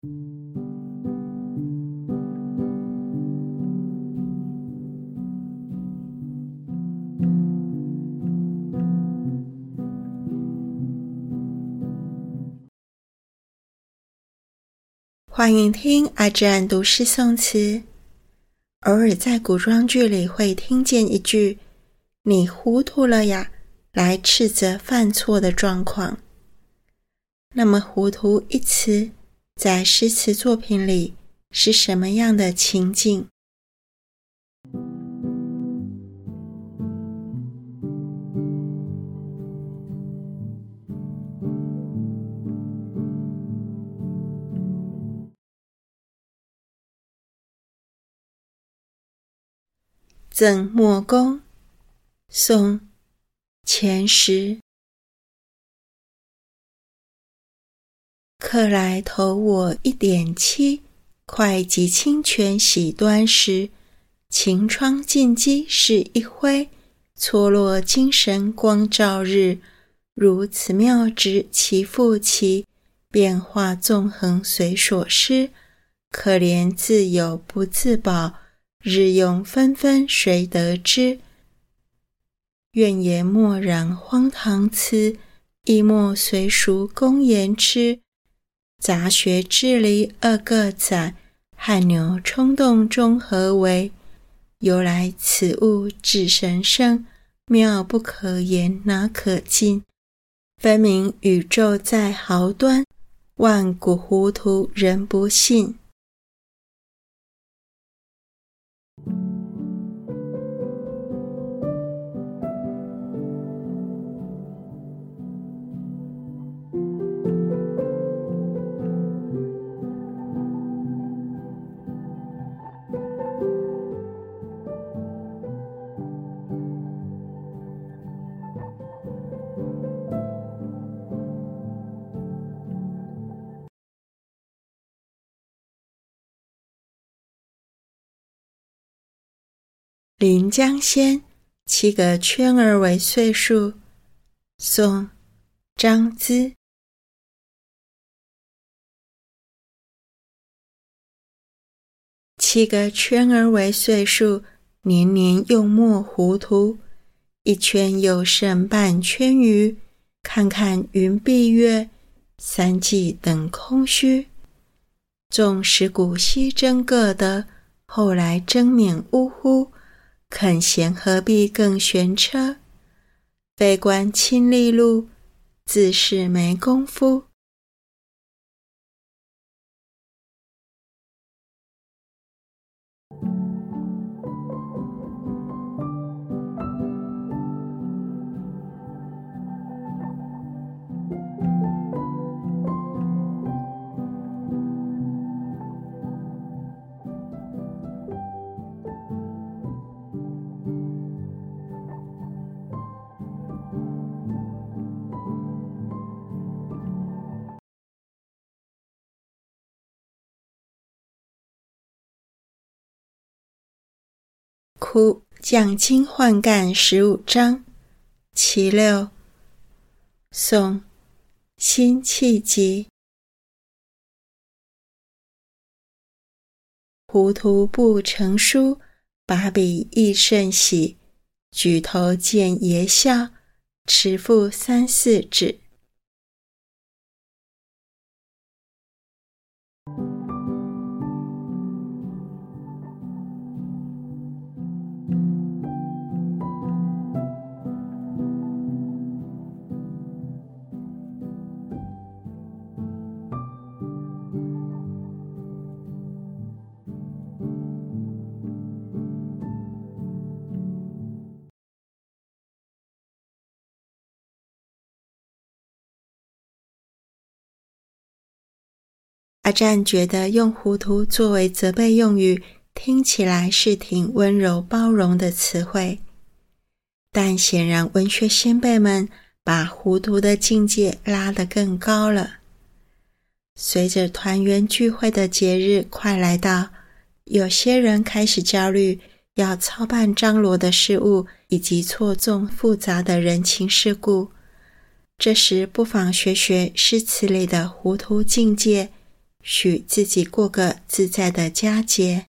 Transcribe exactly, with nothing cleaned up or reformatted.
欢迎听阿占读诗宋词。偶尔在古装剧里会听见一句“你糊涂了呀”来斥责犯错的状况。那么糊涂一词在诗词作品里是什么样的情境？赠莫公，宋·钱时。客来投我一点漆，会稽清泉洗端时。晴窗净几是一挥，错落精神光照日。如此妙旨其复其，变化纵横随所施。可怜自有不自保，日用纷纷谁得知？愿言默然荒唐词，亦莫随俗公言痴。杂学支离二个载，汗牛充栋中何为？由来此物至神圣，妙不可言哪可尽？分明宇宙在毫端，万古糊涂人不信。临江仙，七个圈儿为岁数。宋·张资。七个圈儿为岁数，年年又莫糊涂。一圈又剩半圈余，看看云蔽月，三季等空虚。纵使古稀真个的，后来争免呜呼。肯闲何必更悬车？非关亲历路，自是没功夫。哭降金换干十五章，其六。宋·辛弃疾。糊涂不成书，把笔亦甚喜。举头见爷笑，持负三四指。阿占觉得用糊涂作为责备用语，听起来是挺温柔包容的词汇，但显然文学先辈们把糊涂的境界拉得更高了。随着团圆聚会的节日快来到，有些人开始焦虑要操办张罗的事物，以及错综复杂的人情世故。这时不妨学学诗词里的糊涂境界， 许自己过个自在的佳节。